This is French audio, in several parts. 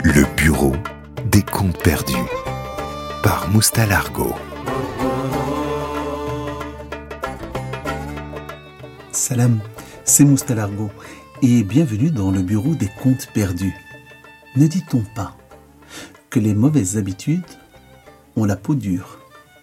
Le bureau des contes perdus par Moustalargo. Salam, c'est Moustalargo et bienvenue dans le bureau des contes perdus. Ne dit-on pas que les mauvaises habitudes ont la peau dure?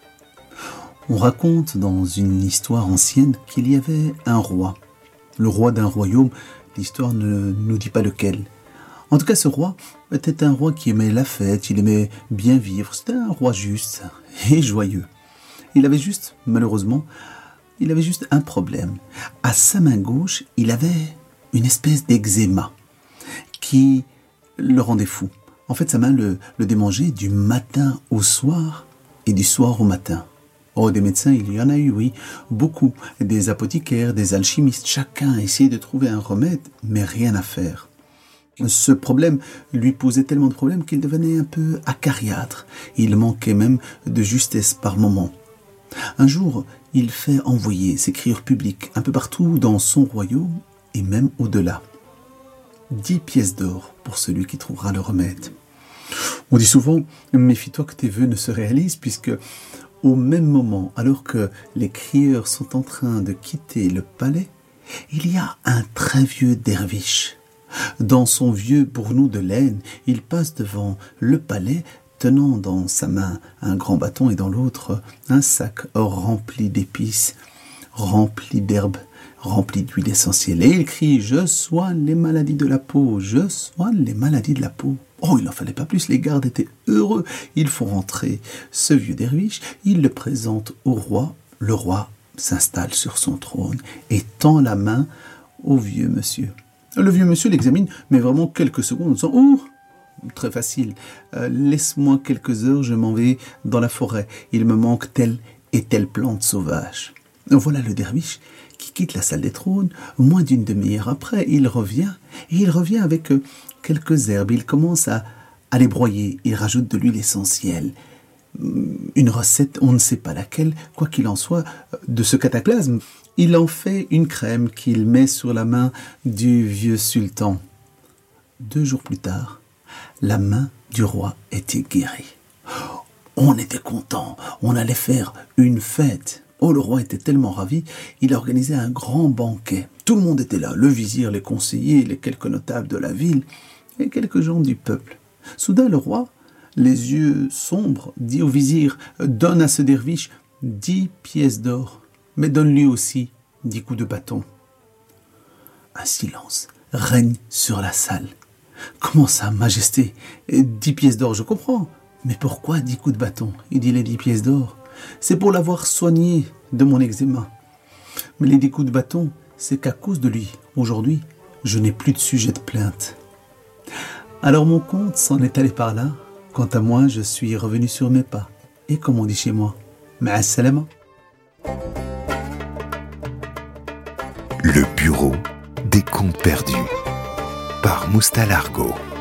On raconte dans une histoire ancienne qu'il y avait un roi. Le roi d'un royaume, l'histoire ne nous dit pas lequel. En tout cas, ce roi était un roi qui aimait la fête, il aimait bien vivre. C'était un roi juste et joyeux. Malheureusement, il avait juste un problème. À sa main gauche, il avait une espèce d'eczéma qui le rendait fou. En fait, sa main le démangeait du matin au soir et du soir au matin. Oh, des médecins, il y en a eu, oui, beaucoup. Des apothicaires, des alchimistes, chacun essayait de trouver un remède, mais rien à faire. Ce problème lui posait tellement de problèmes qu'il devenait un peu acariâtre. Il manquait même de justesse par moments. Un jour, il fait envoyer ses crieurs publics un peu partout dans son royaume et même au-delà. 10 pièces d'or pour celui qui trouvera le remède. On dit souvent, méfie-toi que tes vœux ne se réalisent, puisque au même moment, alors que les crieurs sont en train de quitter le palais, il y a un très vieux derviche. Dans son vieux bournou de laine, il passe devant le palais, tenant dans sa main un grand bâton et dans l'autre un sac rempli d'épices, rempli d'herbes, rempli d'huile essentielle. Et il crie « Je soigne les maladies de la peau, je soigne les maladies de la peau ». Oh, il n'en fallait pas plus, les gardes étaient heureux. Ils font rentrer ce vieux derviche, ils le présentent au roi. Le roi s'installe sur son trône et tend la main au vieux monsieur. Le vieux monsieur l'examine, mais vraiment quelques secondes, en disant « Oh, très facile, laisse-moi quelques heures, je m'en vais dans la forêt. Il me manque telle et telle plante sauvage. » Voilà le derviche qui quitte la salle des trônes. Moins d'une demi-heure après, il revient avec quelques herbes. Il commence à les broyer. Il rajoute de l'huile essentielle. Une recette, on ne sait pas laquelle, quoi qu'il en soit, de ce cataclysme. Il en fait une crème qu'il met sur la main du vieux sultan. 2 jours plus tard, la main du roi était guérie. On était content, on allait faire une fête. Oh, le roi était tellement ravi, il a organisé un grand banquet. Tout le monde était là, le vizir, les conseillers, les quelques notables de la ville et quelques gens du peuple. Soudain, le roi, les yeux sombres, dit au vizir « Donne à ce derviche 10 pièces d'or, mais donne-lui aussi 10 coups de bâton. » Un silence règne sur la salle. « Comment ça, majesté? 10 pièces d'or, je comprends. Mais pourquoi 10 coups de bâton ?» Il dit « Les 10 pièces d'or, c'est pour l'avoir soigné de mon eczéma. Mais les 10 coups de bâton, c'est qu'à cause de lui, aujourd'hui, je n'ai plus de sujet de plainte. » Alors mon conte s'en est allé par là. Quant à moi, je suis revenu sur mes pas. Et comme on dit chez moi, ma'a salama. Le bureau des contes perdus par Moustalargo.